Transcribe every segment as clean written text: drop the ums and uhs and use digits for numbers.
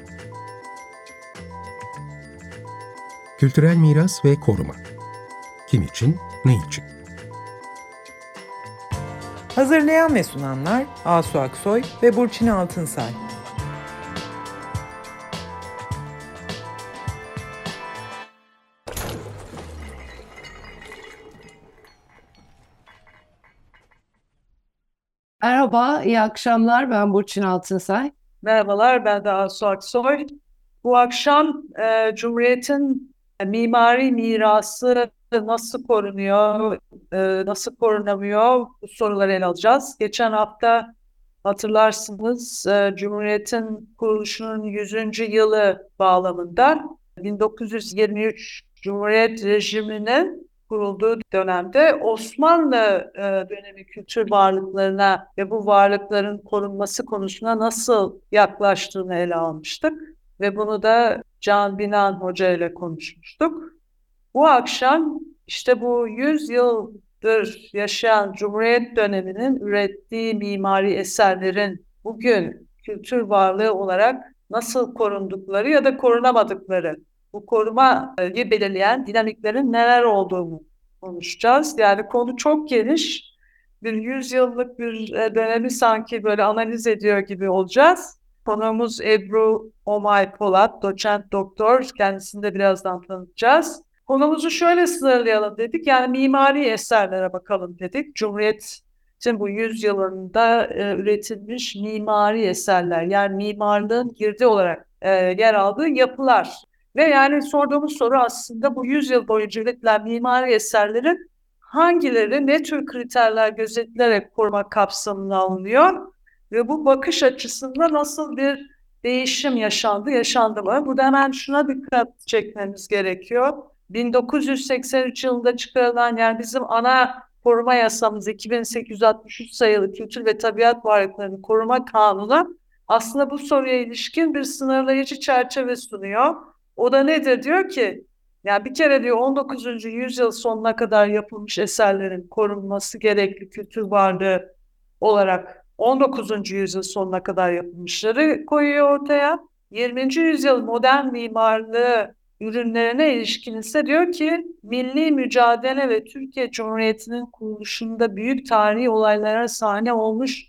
Kültürel miras ve koruma. Kim için, ne için? Hazırlayan ve sunanlar Asu Aksoy ve Burçin Altınsay. Merhaba, iyi akşamlar. Ben Burçin Altınsay. Merhabalar, ben de Asu Aksoy. Bu akşam Cumhuriyet'in mimari mirası nasıl korunuyor, nasıl korunamıyor bu soruları ele alacağız. Geçen hafta hatırlarsınız Cumhuriyet'in kuruluşunun 100. yılı bağlamında 1923 Cumhuriyet rejiminin kurulduğu dönemde Osmanlı dönemi kültür varlıklarına ve bu varlıkların korunması konusuna nasıl yaklaştığını ele almıştık. Ve bunu da Can Binan Hoca ile konuşmuştuk. Bu akşam işte bu 100 yıldır yaşayan Cumhuriyet döneminin ürettiği mimari eserlerin bugün kültür varlığı olarak nasıl korundukları ya da korunamadıkları, bu korumayı belirleyen dinamiklerin neler olduğunu konuşacağız. Yani konu çok geniş. Bir 100 yıllık bir dönemi sanki böyle analiz ediyor gibi olacağız. Konuğumuz Ebru Omay Polat, doçent doktor. Kendisini de birazdan tanıtacağız. Konumuzu şöyle sınırlayalım dedik. Yani mimari eserlere bakalım dedik. Cumhuriyet'in bu 100 yılında üretilmiş mimari eserler. Yani mimarlığın girdi olarak yer aldığı yapılar. Ve yani sorduğumuz soru aslında bu 100 yıl boyunca üretilen mimari eserlerin hangileri ne tür kriterler gözetilerek koruma kapsamına alınıyor ve bu bakış açısında nasıl bir değişim yaşandı mı? Burada hemen şuna dikkat çekmemiz gerekiyor. 1983 yılında çıkarılan yani bizim ana koruma yasamız 2863 sayılı Kültür ve Tabiat Varlıklarını Koruma Kanunu aslında bu soruya ilişkin bir sınırlayıcı çerçeve sunuyor. O da nedir? Diyor ki yani bir kere diyor 19. yüzyıl sonuna kadar yapılmış eserlerin korunması gerekli kültür varlığı olarak 19. yüzyıl sonuna kadar yapılmışları koyuyor ortaya. 20. yüzyıl modern mimarlığı ürünlerine ilişkin ise diyor ki milli mücadele ve Türkiye Cumhuriyeti'nin kuruluşunda büyük tarihi olaylara sahne olmuş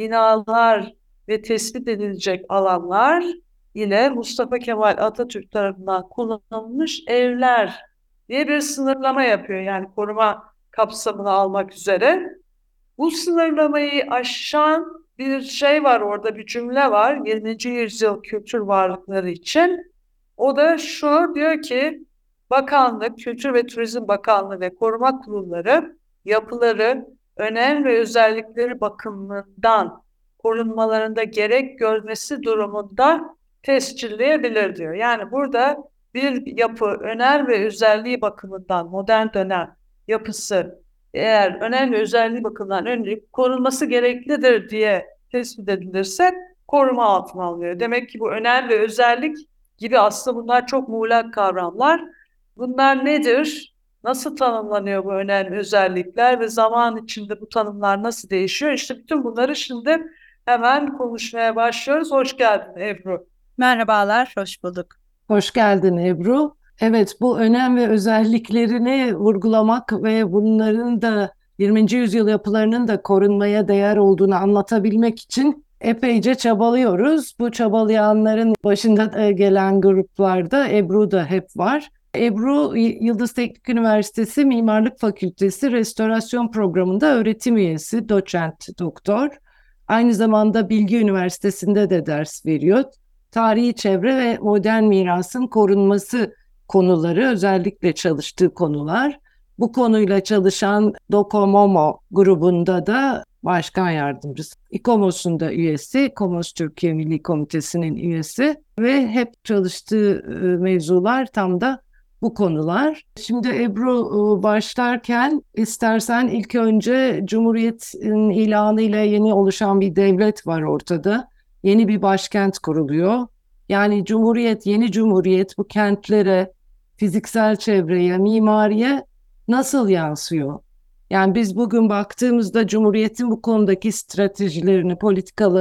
binalar ve tespit edilecek alanlar ile Mustafa Kemal Atatürk tarafından kullanılmış evler diye bir sınırlama yapıyor. Yani koruma kapsamını almak üzere. Bu sınırlamayı aşan bir şey var orada, bir cümle var 20. yüzyıl kültür varlıkları için. O da şu, diyor ki Bakanlık, Kültür ve Turizm Bakanlığı ve koruma kurulları yapıları önem ve özellikleri bakımından korunmalarında gerek görmesi durumunda tescilleyebilir diyor. Yani burada bir yapı önem ve özelliği bakımından modern dönem yapısı eğer önem ve özelliği bakımından korunması gereklidir diye tespit edilirse koruma altına alınıyor. Demek ki bu önem ve özellik gibi aslında bunlar çok muğlak kavramlar. Bunlar nedir? Nasıl tanımlanıyor bu önemli özellikler ve zaman içinde bu tanımlar nasıl değişiyor? İşte bütün bunları şimdi hemen konuşmaya başlıyoruz. Hoş geldin Ebru. Merhabalar, hoş bulduk. Hoş geldin Ebru. Evet, bu önem ve özelliklerini vurgulamak ve bunların da 20. yüzyıl yapılarının da korunmaya değer olduğunu anlatabilmek için epeyce çabalıyoruz. Bu çabalayanların başında gelen gruplarda Ebru da hep var. Ebru, Yıldız Teknik Üniversitesi Mimarlık Fakültesi Restorasyon Programı'nda öğretim üyesi, doçent doktor. Aynı zamanda Bilgi Üniversitesi'nde de ders veriyor. Tarihi çevre ve modern mirasın korunması konuları özellikle çalıştığı konular. Bu konuyla çalışan Dokomomo grubunda da başkan yardımcısı. İKOMOS'un da üyesi, İKOMOS Türkiye Milli Komitesi'nin üyesi ve hep çalıştığı mevzular tam da bu konular. Şimdi Ebru başlarken istersen ilk önce Cumhuriyet'in ilanıyla yeni oluşan bir devlet var ortada. Yeni bir başkent kuruluyor. Yani Cumhuriyet, yeni Cumhuriyet bu kentlere, fiziksel çevreye, mimariye nasıl yansıyor? Yani biz bugün baktığımızda Cumhuriyet'in bu konudaki stratejilerini, politikalarını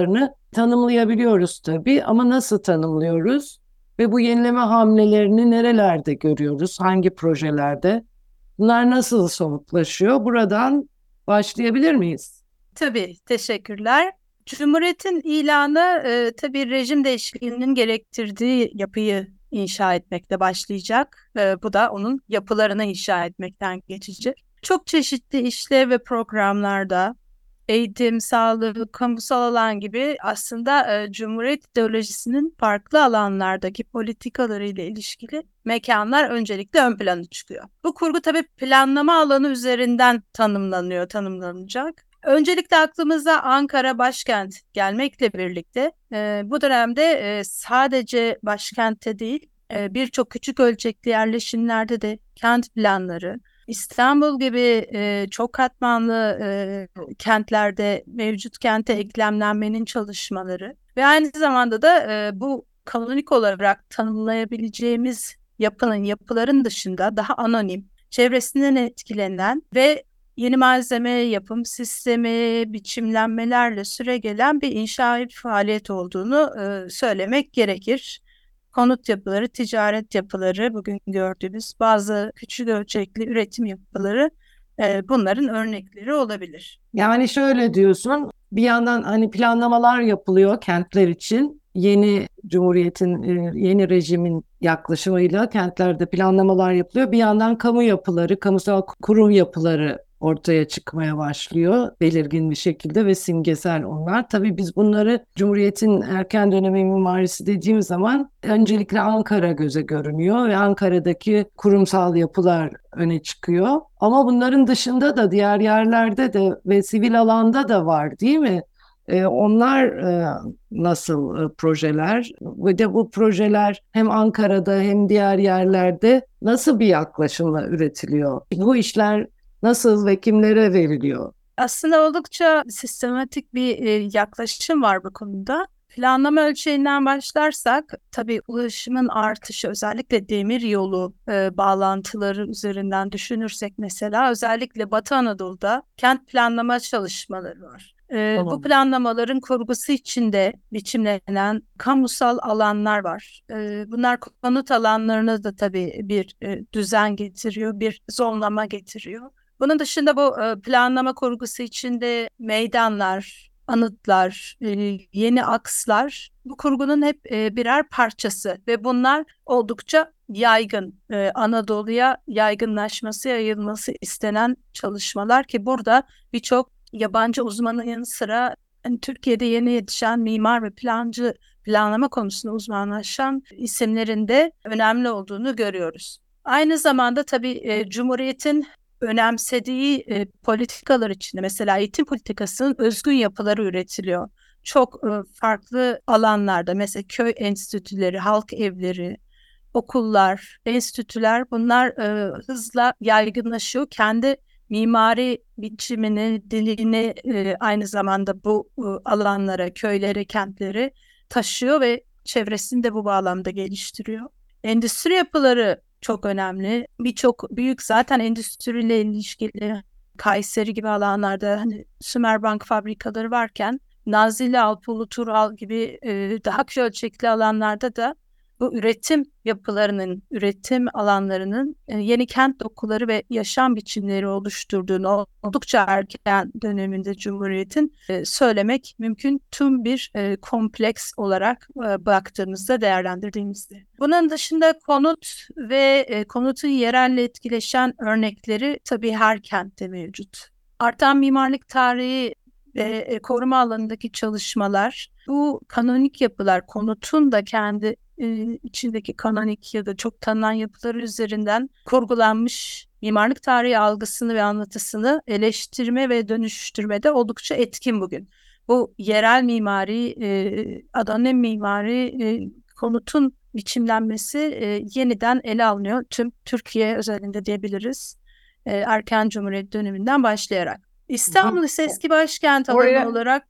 tanımlayabiliyoruz tabii ama nasıl tanımlıyoruz? Ve bu yenileme hamlelerini nerelerde görüyoruz? Hangi projelerde? Bunlar nasıl somutlaşıyor? Buradan başlayabilir miyiz? Tabii, teşekkürler. Cumhuriyetin ilanı tabii rejim değişikliğinin gerektirdiği yapıyı inşa etmekle başlayacak. Bu da onun yapılarını inşa etmekten geçecek. Çok çeşitli işlev ve programlarda eğitim, sağlık, kamusal alan gibi aslında Cumhuriyet ideolojisinin farklı alanlardaki politikalarıyla ilişkili mekanlar öncelikle ön plana çıkıyor. Bu kurgu tabii planlama alanı üzerinden tanımlanacak. Öncelikle aklımıza Ankara başkent gelmekle birlikte bu dönemde sadece başkentte değil birçok küçük ölçekli yerleşimlerde de kent planları, İstanbul gibi çok katmanlı kentlerde mevcut kente eklemlenmenin çalışmaları ve aynı zamanda da bu kanonik olarak tanımlayabileceğimiz yapıların dışında daha anonim, çevresinden etkilenen ve yeni malzeme, yapım sistemi, biçimlenmelerle süregelen bir inşaat faaliyet olduğunu söylemek gerekir. Konut yapıları, ticaret yapıları, bugün gördüğümüz bazı küçük ölçekli üretim yapıları bunların örnekleri olabilir. Yani şöyle diyorsun, bir yandan hani planlamalar yapılıyor kentler için. Yeni Cumhuriyet'in, yeni rejimin yaklaşımıyla kentlerde planlamalar yapılıyor. Bir yandan kamu yapıları, kamusal kurum yapıları ortaya çıkmaya başlıyor belirgin bir şekilde ve simgesel onlar. Tabii biz bunları Cumhuriyet'in erken dönemi mimarisi dediğim zaman öncelikle Ankara göze görünüyor ve Ankara'daki kurumsal yapılar öne çıkıyor. Ama bunların dışında da diğer yerlerde de ve sivil alanda da var, değil mi? Onlar nasıl projeler ve de bu projeler hem Ankara'da hem diğer yerlerde nasıl bir yaklaşımla üretiliyor? Bu işler nasıl ve kimlere veriliyor? Aslında oldukça sistematik bir yaklaşım var bu konuda. Planlama ölçeğinden başlarsak, tabii ulaşımın artışı, özellikle demir yolu bağlantıları üzerinden düşünürsek mesela, özellikle Batı Anadolu'da kent planlama çalışmaları var. Tamam. Bu planlamaların kurgusu içinde biçimlenen kamusal alanlar var. Bunlar konut alanlarına da tabii bir düzen getiriyor, bir zonlama getiriyor. Bunun dışında bu planlama kurgusu içinde meydanlar, anıtlar, yeni akslar bu kurgunun hep birer parçası ve bunlar oldukça yaygın. Anadolu'ya yaygınlaşması, yayılması istenen çalışmalar ki burada birçok yabancı uzmanın yanı sıra hani Türkiye'de yeni yetişen mimar ve plancı, planlama konusunda uzmanlaşan isimlerin de önemli olduğunu görüyoruz. Aynı zamanda tabii Cumhuriyet'in önemsediği politikalar içinde mesela eğitim politikasının özgün yapıları üretiliyor. Çok farklı alanlarda mesela köy enstitüleri, halk evleri, okullar, enstitüler bunlar hızla yaygınlaşıyor. Kendi mimari biçimini, dilini aynı zamanda bu alanlara, köylere, kentlere taşıyor ve çevresini de bu bağlamda geliştiriyor. Endüstri yapıları çok önemli. Birçok büyük zaten endüstriyle ilişkili Kayseri gibi alanlarda hani Sümerbank fabrikaları varken Nazilli, Alpulu, Tural gibi daha küçük ölçekli alanlarda da bu üretim yapılarının, üretim alanlarının yeni kent dokuları ve yaşam biçimleri oluşturduğunu oldukça erken döneminde Cumhuriyet'in söylemek mümkün, tüm bir kompleks olarak baktığımızda, değerlendirdiğimizde. Bunun dışında konut ve konutun yerelle etkileşen örnekleri tabii her kentte mevcut. Artan mimarlık tarihi ve koruma alanındaki çalışmalar, bu kanonik yapılar, konutun da kendi içindeki kanonik ya da çok tanınan yapılar üzerinden kurgulanmış mimarlık tarihi algısını ve anlatısını eleştirme ve dönüştürmede oldukça etkin bugün. Bu yerel mimari, anonim mimari konutun biçimlenmesi yeniden ele alınıyor. Tüm Türkiye özelinde diyebiliriz. Erken Cumhuriyet döneminden başlayarak. İstanbul ise eski başkent alanı olarak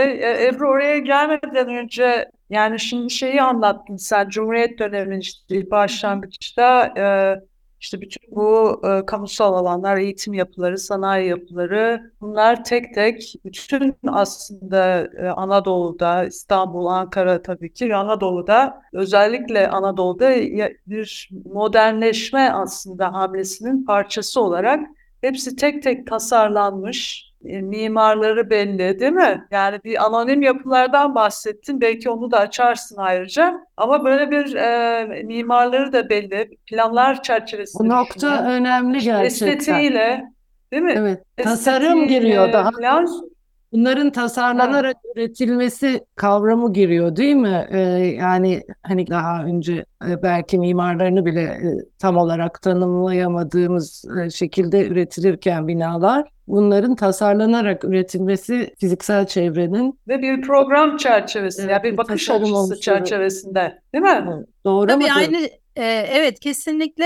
Ebru, oraya gelmeden önce yani şimdi şeyi anlattın sen, Cumhuriyet döneminin işte başlangıçta İşte bütün bu kamusal alanlar, eğitim yapıları, sanayi yapıları, bunlar tek tek bütün aslında Anadolu'da, İstanbul, Ankara tabii ki Anadolu'da, özellikle Anadolu'da bir modernleşme aslında hamlesinin parçası olarak hepsi tek tek tasarlanmış. Mimarları belli, değil mi? Yani bir anonim yapılardan bahsettin. Belki onu da açarsın ayrıca. Ama böyle bir mimarları da belli. Planlar Bu çerçevesinde nokta düşünen, önemli işte gerçekten. estetiğiyle, değil mi? Evet, tasarım giriyor Estetiğiyle daha. falan. Bunların Ha. tasarlanarak üretilmesi kavramı giriyor, değil mi? Yani hani daha önce belki mimarlarını bile tam olarak tanımlayamadığımız şekilde üretilirken binalar, bunların tasarlanarak üretilmesi fiziksel çevrenin Ve bir program çerçevesinde, yani bir bir bakış tasarım açısı unsuru. çerçevesinde, değil mi? Evet, doğru Tabii mudur? aynı evet kesinlikle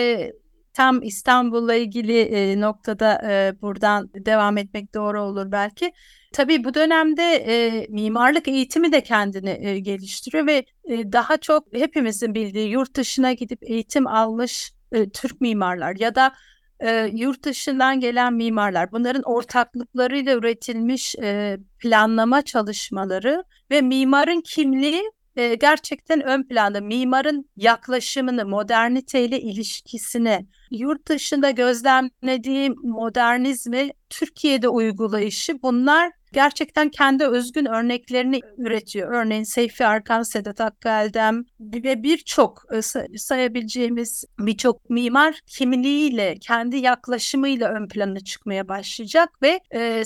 tam İstanbul'la ilgili noktada buradan devam etmek doğru olur belki. Tabii bu dönemde mimarlık eğitimi de kendini geliştiriyor ve daha çok hepimizin bildiği yurt dışına gidip eğitim almış Türk mimarlar ya da yurt dışından gelen mimarlar, bunların ortaklıklarıyla üretilmiş planlama çalışmaları ve mimarın kimliği gerçekten ön planda. Mimarın yaklaşımını, moderniteyle ilişkisini, yurt dışında gözlemlediğim modernizmi Türkiye'de uygulayışı, bunlar gerçekten kendi özgün örneklerini üretiyor. Örneğin Seyfi Arkan, Sedat Akgaldem ve birçok sayabileceğimiz birçok mimar kimliğiyle, kendi yaklaşımıyla ön plana çıkmaya başlayacak ve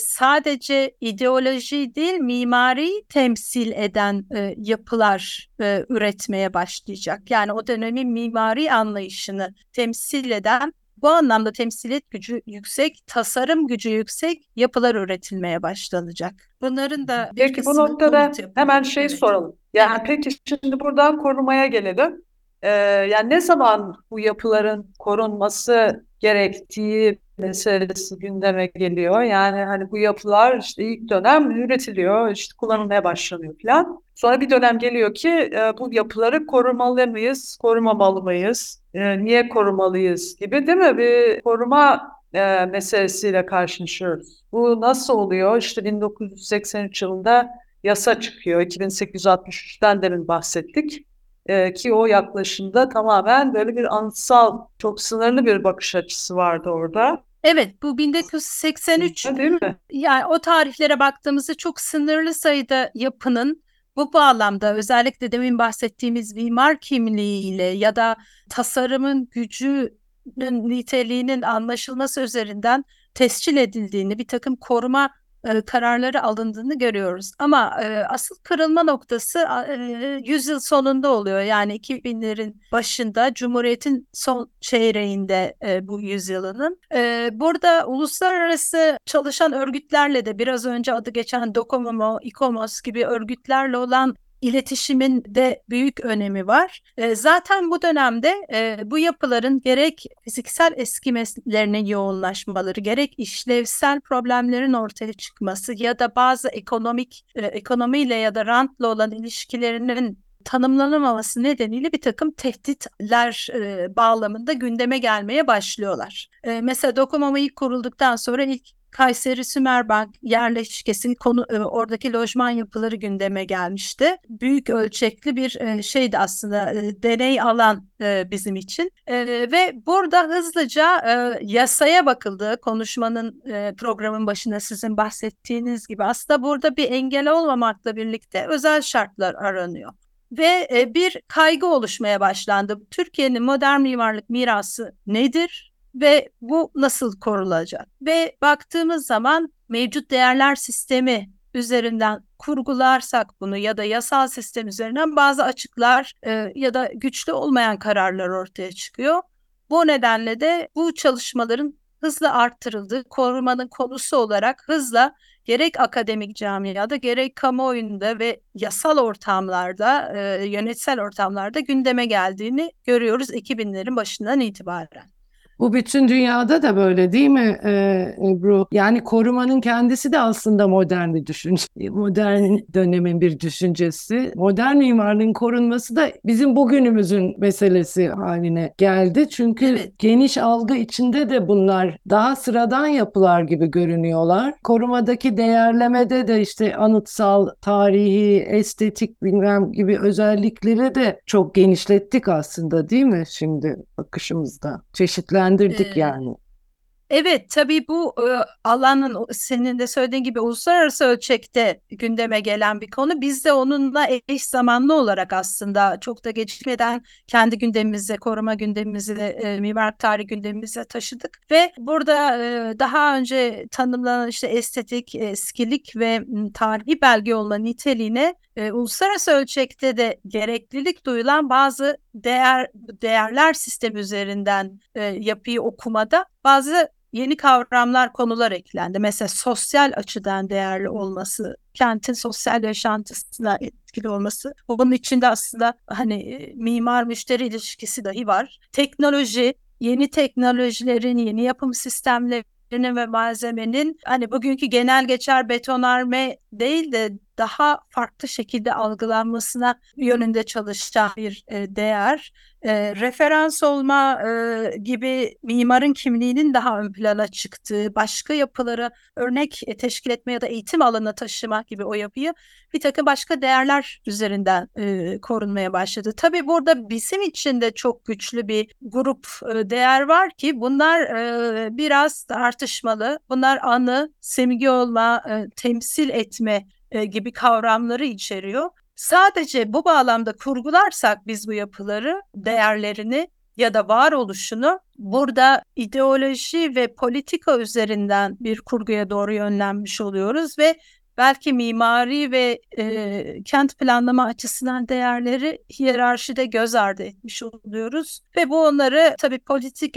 sadece ideoloji değil, mimari temsil eden yapılar üretmeye başlayacak. Yani o dönemin mimari anlayışını temsil eden, bu anlamda temsiliyet gücü yüksek, tasarım gücü yüksek yapılar üretilmeye başlanacak. Bunların da bir Peki bu kısmı noktada konut yapıları. hemen şey Evet. soralım. Yani Evet. peki şimdi buradan korumaya gelelim. Yani ne zaman bu yapıların korunması gerektiği meselesi gündeme geliyor? Yani hani bu yapılar işte ilk dönem üretiliyor, işte kullanılmaya başlanıyor falan. Sonra bir dönem geliyor ki bu yapıları korumalı mıyız, korumamalı mıyız? Niye korumalıyız gibi, değil mi? Bir koruma meselesiyle karşılaşıyoruz. Bu nasıl oluyor? İşte 1983 yılında yasa çıkıyor. 2863'ten demin bahsettik. Ki o yaklaşımda tamamen böyle bir anıtsal, çok sınırlı bir bakış açısı vardı orada. Evet, bu 1983, Değil mi? yani o tarihlere baktığımızda çok sınırlı sayıda yapının bu bağlamda özellikle demin bahsettiğimiz mimar kimliğiyle ya da tasarımın gücünün niteliğinin anlaşılması üzerinden tescil edildiğini, bir takım koruma kararları alındığını görüyoruz. Ama asıl kırılma noktası yüzyıl sonunda oluyor. Yani 2000'lerin başında, Cumhuriyet'in son çeyreğinde bu yüzyılının. Burada uluslararası çalışan örgütlerle de biraz önce adı geçen Docomo, ICOMOS gibi örgütlerle olan iletişimin de büyük önemi var. Zaten bu dönemde bu yapıların gerek fiziksel eskimelerine yoğunlaşmaları, gerek işlevsel problemlerin ortaya çıkması ya da bazı ekonomiyle ya da rantla olan ilişkilerinin tanımlanamaması nedeniyle bir takım tehditler bağlamında gündeme gelmeye başlıyorlar. Mesela Docomo ilk kurulduktan sonra ilk Kayseri Sümerbank yerleşkesinin oradaki lojman yapıları gündeme gelmişti. Büyük ölçekli bir şeydi aslında, deney alan bizim için. Ve burada hızlıca yasaya bakıldı. Konuşmanın programın başında sizin bahsettiğiniz gibi aslında burada bir engel olmamakla birlikte özel şartlar aranıyor. Ve bir kaygı oluşmaya başlandı. Türkiye'nin modern mimarlık mirası nedir? Ve bu nasıl korunacak? Ve baktığımız zaman mevcut değerler sistemi üzerinden kurgularsak bunu ya da yasal sistem üzerinden bazı açıklar ya da güçlü olmayan kararlar ortaya çıkıyor. Bu nedenle de bu çalışmaların hızla arttırıldığı, korumanın konusu olarak hızla gerek akademik camiada gerek kamuoyunda ve yasal ortamlarda, yönetsel ortamlarda gündeme geldiğini görüyoruz 2000'lerin başından itibaren. Bu bütün dünyada da böyle değil mi Ebru? Yani korumanın kendisi de aslında modern bir düşünce. Modern dönemin bir düşüncesi. Modern mimarlığın korunması da bizim bugünümüzün meselesi haline geldi. Çünkü Evet. geniş algı içinde de bunlar daha sıradan yapılar gibi görünüyorlar. Korumadaki değerlemede de işte anıtsal, tarihi, estetik bilmem gibi özellikleri de çok genişlettik aslında değil mi şimdi bakışımızda? Çeşitlendirdik Ee, yani. Evet, tabii bu alanın senin de söylediğin gibi uluslararası ölçekte gündeme gelen bir konu. Biz de onunla eş zamanlı olarak aslında çok da gecikmeden kendi gündemimize, koruma gündemimize, mimarlık tarihi gündemimize taşıdık. Ve burada daha önce tanımlanan işte estetik, eskilik ve tarihi belge olma niteliğine uluslararası ölçekte de gereklilik duyulan bazı değerler sistemi üzerinden yapıyı okumada bazı yeni kavramlar, konular eklendi. Mesela sosyal açıdan değerli olması, kentin sosyal yaşantısına etkili olması. Bunun içinde aslında hani mimar müşteri ilişkisi dahi var. Teknoloji, yeni teknolojilerin, yeni yapım sistemlerinin ve malzemenin hani bugünkü genel geçer betonarme değil de daha farklı şekilde algılanmasına yönünde çalışan bir değer. Referans olma gibi mimarın kimliğinin daha ön plana çıktığı, başka yapıları örnek teşkil etme ya da eğitim alanına taşıma gibi o yapıyı bir takım başka değerler üzerinden korunmaya başladı. Tabii burada bizim için de çok güçlü bir grup değer var ki bunlar biraz tartışmalı. Bunlar anı, simge olma, temsil etme gibi kavramları içeriyor. Sadece bu bağlamda kurgularsak biz bu yapıları, değerlerini ya da varoluşunu burada ideoloji ve politika üzerinden bir kurguya doğru yönlenmiş oluyoruz ve belki mimari ve kent planlama açısından değerleri hiyerarşide göz ardı etmiş oluyoruz. Ve bu onları tabii politik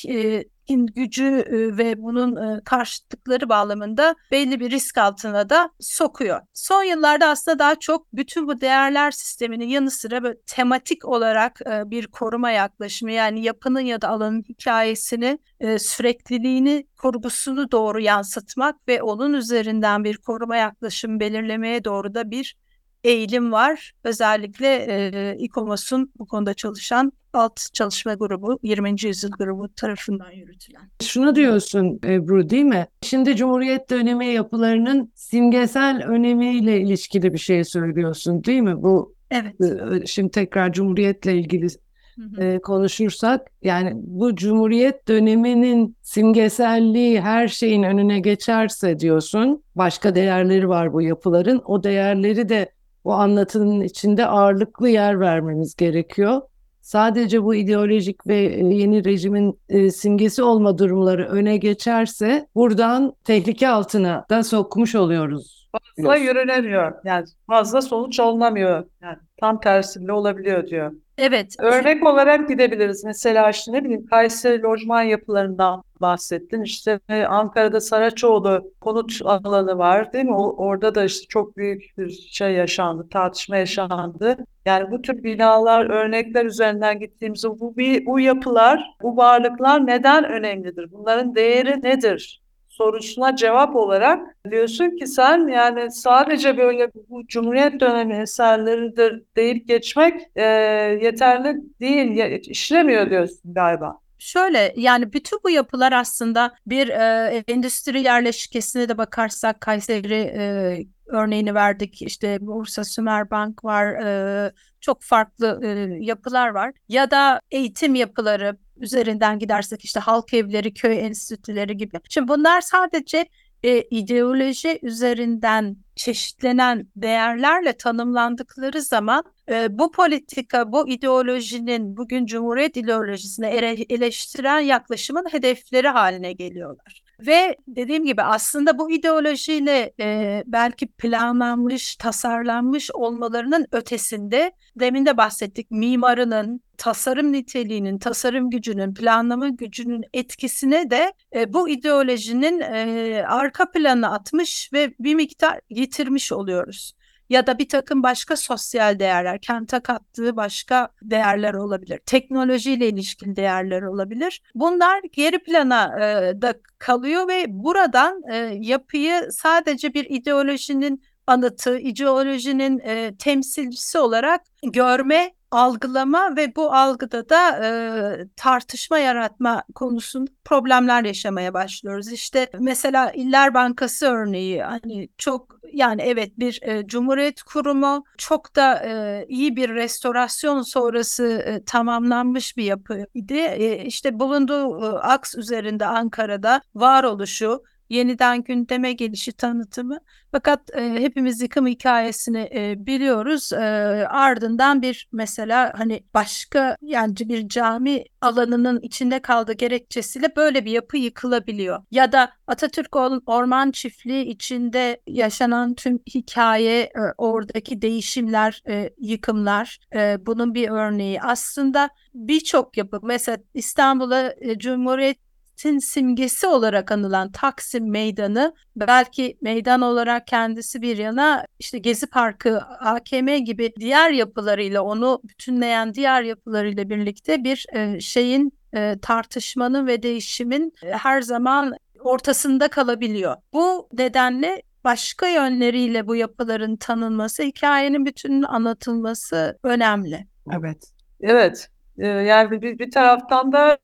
gücü ve bunun karşıtlıkları bağlamında belli bir risk altına da sokuyor. Son yıllarda aslında daha çok bütün bu değerler sisteminin yanı sıra böyle tematik olarak bir koruma yaklaşımı yani yapının ya da alanın hikayesini, sürekliliğini, kurgusunu doğru yansıtmak ve onun üzerinden bir koruma yaklaşımı belirlemeye doğru da bir eğilim var. Özellikle İKOMOS'un bu konuda çalışan alt çalışma grubu, 20. yüzyıl grubu tarafından yürütülen. Şunu diyorsun Ebru değil mi? Şimdi Cumhuriyet dönemi yapılarının simgesel önemiyle ilişkili bir şey söylüyorsun değil mi? Bu Evet. Şimdi tekrar Cumhuriyet'le ilgili konuşursak yani bu Cumhuriyet döneminin simgeselliği her şeyin önüne geçerse diyorsun. Başka değerleri var bu yapıların. O değerleri de bu anlatının içinde ağırlıklı yer vermemiz gerekiyor. Sadece bu ideolojik ve yeni rejimin simgesi olma durumları öne geçerse buradan tehlike altına da sokmuş oluyoruz. Fazla yürünemiyor. Yani fazla sonuç alınamıyor. Yani tam tersi bile olabiliyor diyor. Evet. Örnek olarak gidebiliriz. Mesela işte ne bileyim Kayseri lojman yapılarından bahsettin. İşte Ankara'da Saraçoğlu konut alanı var değil mi? Orada da işte çok büyük bir şey yaşandı, tartışma yaşandı. Yani bu tür binalar, örnekler üzerinden gittiğimizde bu yapılar, bu varlıklar neden önemlidir? Bunların değeri nedir? Sorusuna cevap olarak diyorsun ki sen yani sadece böyle bu Cumhuriyet dönemi eserleridir deyip geçmek yeterli değil, işlemiyor diyorsun galiba. Şöyle yani bütün bu yapılar aslında bir endüstri yerleşkesine de bakarsak Kayseri örneğini verdik. İşte Bursa Sümerbank var, çok farklı yapılar var. Ya da eğitim yapıları üzerinden gidersek işte halk evleri, köy enstitüleri gibi. Şimdi bunlar sadece ideoloji üzerinden çeşitlenen değerlerle tanımlandıkları zaman bu politika, bu ideolojinin bugün Cumhuriyet ideolojisine eleştiren yaklaşımın hedefleri haline geliyorlar. Ve dediğim gibi aslında bu ideolojiyle belki planlanmış, tasarlanmış olmalarının ötesinde demin de bahsettik mimarının, tasarım niteliğinin, tasarım gücünün, planlama gücünün etkisine de bu ideolojinin arka planına atmış ve bir miktar yitirmiş oluyoruz. ya da bir takım başka sosyal değerler, kente kattığı başka değerler olabilir. Teknolojiyle ilişkili değerler olabilir. Bunlar geri plana da kalıyor ve buradan yapıyı sadece bir ideolojinin anıtı, ideolojinin temsilcisi olarak görme, algılama ve bu algıda da tartışma yaratma konusunda problemler yaşamaya başlıyoruz. İşte mesela İller Bankası örneği, hani çok, yani evet, bir cumhuriyet kurumu, çok da iyi bir restorasyon sonrası tamamlanmış bir yapıydı. İşte bulunduğu aks üzerinde Ankara'da varoluşu, yeniden gündeme gelişi, tanıtımı. Fakat hepimiz yıkım hikayesini biliyoruz. Ardından bir mesela hani başka, yani bir cami alanının içinde kaldığı gerekçesiyle böyle bir yapı yıkılabiliyor. Ya da Atatürk Orman Çiftliği içinde yaşanan tüm hikaye, oradaki değişimler, yıkımlar, bunun bir örneği. Aslında birçok yapı, mesela İstanbul'a Cumhuriyet simgesi olarak anılan Taksim Meydanı, belki meydan olarak kendisi bir yana, işte Gezi Parkı, AKM gibi diğer yapılarıyla, onu bütünleyen diğer yapılarıyla birlikte bir tartışmanın ve değişimin her zaman ortasında kalabiliyor. Bu nedenle başka yönleriyle bu yapıların tanınması, hikayenin bütününün anlatılması önemli. Evet. Evet, yani bir taraftan da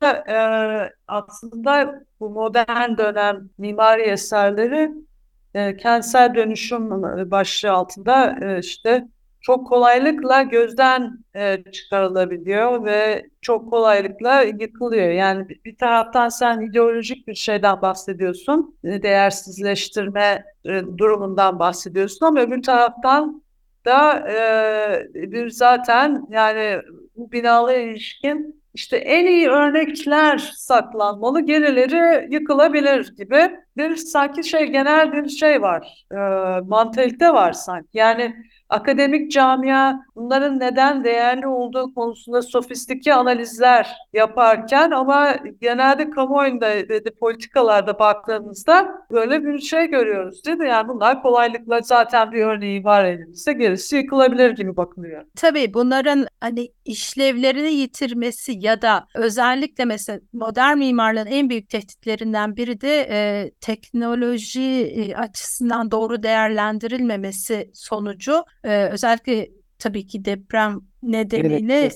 aslında bu modern dönem mimari eserleri kentsel dönüşüm başlığı altında işte çok kolaylıkla gözden çıkarılabiliyor ve çok kolaylıkla yıkılıyor. Yani bir taraftan sen ideolojik bir şeyden bahsediyorsun, değersizleştirme durumundan bahsediyorsun, ama öbür taraftan da bir zaten yani bu binalara ilişkin işte en iyi örnekler saklanmalı, gerileri yıkılabilir gibi bir sanki genel bir var, mantalite var sanki. Yani akademik camia bunların neden değerli olduğu konusunda sofistike analizler yaparken, ama genelde kamuoyunda ve politikalarda baktığımızda böyle bir görüyoruz, değil mi? Yani bunlar kolaylıkla, zaten bir örneği var elimizde, gerisi yıkılabilir gibi bakılıyor. Tabii bunların hani işlevlerini yitirmesi ya da özellikle mesela modern mimarlığın en büyük tehditlerinden biri de teknoloji açısından doğru değerlendirilmemesi sonucu, özellikle tabii ki deprem nedeniyle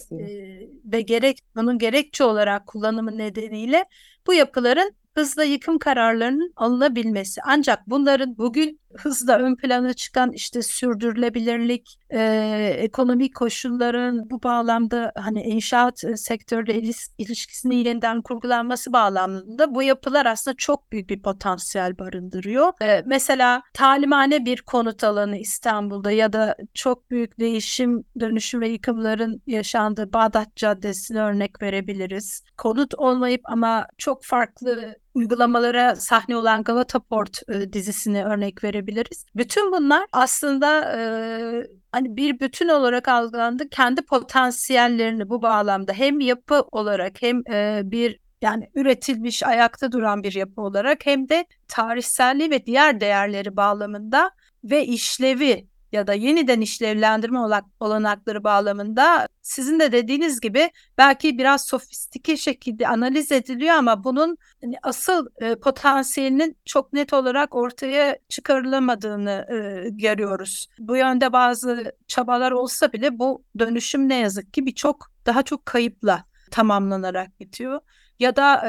ve bunun gerekçe olarak kullanımı nedeniyle bu yapıların hızla yıkım kararlarının alınabilmesi. Ancak bunların bugün hızla ön plana çıkan işte sürdürülebilirlik, ekonomik koşulların bu bağlamda hani inşaat sektörüyle ilişkisinin yeniden kurgulanması bağlamında bu yapılar aslında çok büyük bir potansiyel barındırıyor. Mesela talimhane bir konut alanı İstanbul'da ya da çok büyük değişim, dönüşüm ve yıkımların yaşandığı Bağdat Caddesi'ne örnek verebiliriz. Konut olmayıp ama çok farklı uygulamalara sahne olan Galata Port dizisine örnek verebiliriz. Bütün bunlar aslında hani bir bütün olarak algılandı. Kendi potansiyellerini bu bağlamda hem yapı olarak hem bir, yani üretilmiş, ayakta duran bir yapı olarak, hem de tarihselliği ve diğer değerleri bağlamında ve işlevi ya da yeniden işlevlendirme olanakları bağlamında sizin de dediğiniz gibi belki biraz sofistike şekilde analiz ediliyor, ama bunun hani asıl potansiyelinin çok net olarak ortaya çıkarılamadığını görüyoruz. Bu yönde bazı çabalar olsa bile bu dönüşüm ne yazık ki daha çok kayıpla tamamlanarak bitiyor. Ya da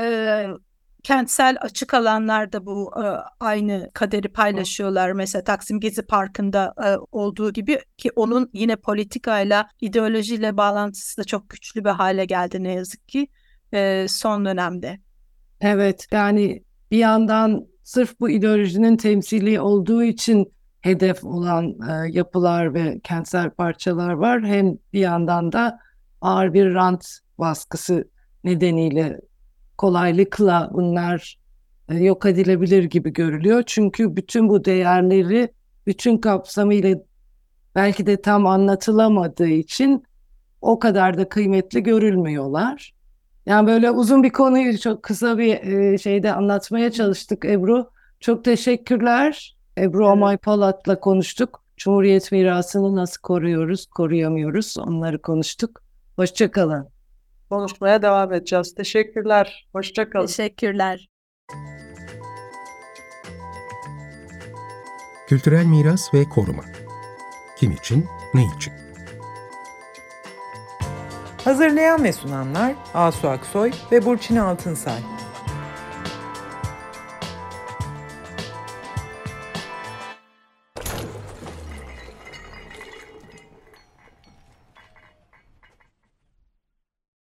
kentsel açık alanlarda bu aynı kaderi paylaşıyorlar. Mesela Taksim Gezi Parkı'nda olduğu gibi, ki onun yine politikayla, ideolojiyle bağlantısı da çok güçlü bir hale geldi ne yazık ki son dönemde. Evet, yani bir yandan sırf bu ideolojinin temsili olduğu için hedef olan yapılar ve kentsel parçalar var. Hem bir yandan da ağır bir rant baskısı nedeniyle kolaylıkla bunlar yok edilebilir gibi görülüyor. Çünkü bütün bu değerleri bütün kapsamıyla belki de tam anlatılamadığı için o kadar da kıymetli görülmüyorlar. Yani böyle uzun bir konuyu çok kısa bir şeyde anlatmaya çalıştık Ebru. Çok teşekkürler. Ebru Amay Polat'la konuştuk. Cumhuriyet mirasını nasıl koruyoruz, koruyamıyoruz, onları konuştuk. Hoşça kalın. Konuşmaya devam edeceğiz. Teşekkürler. Hoşça kalın. Teşekkürler. Kültürel miras ve koruma. Kim için, ne için? Hazırlayan ve sunanlar Asu Aksoy ve Burçin Altınsay.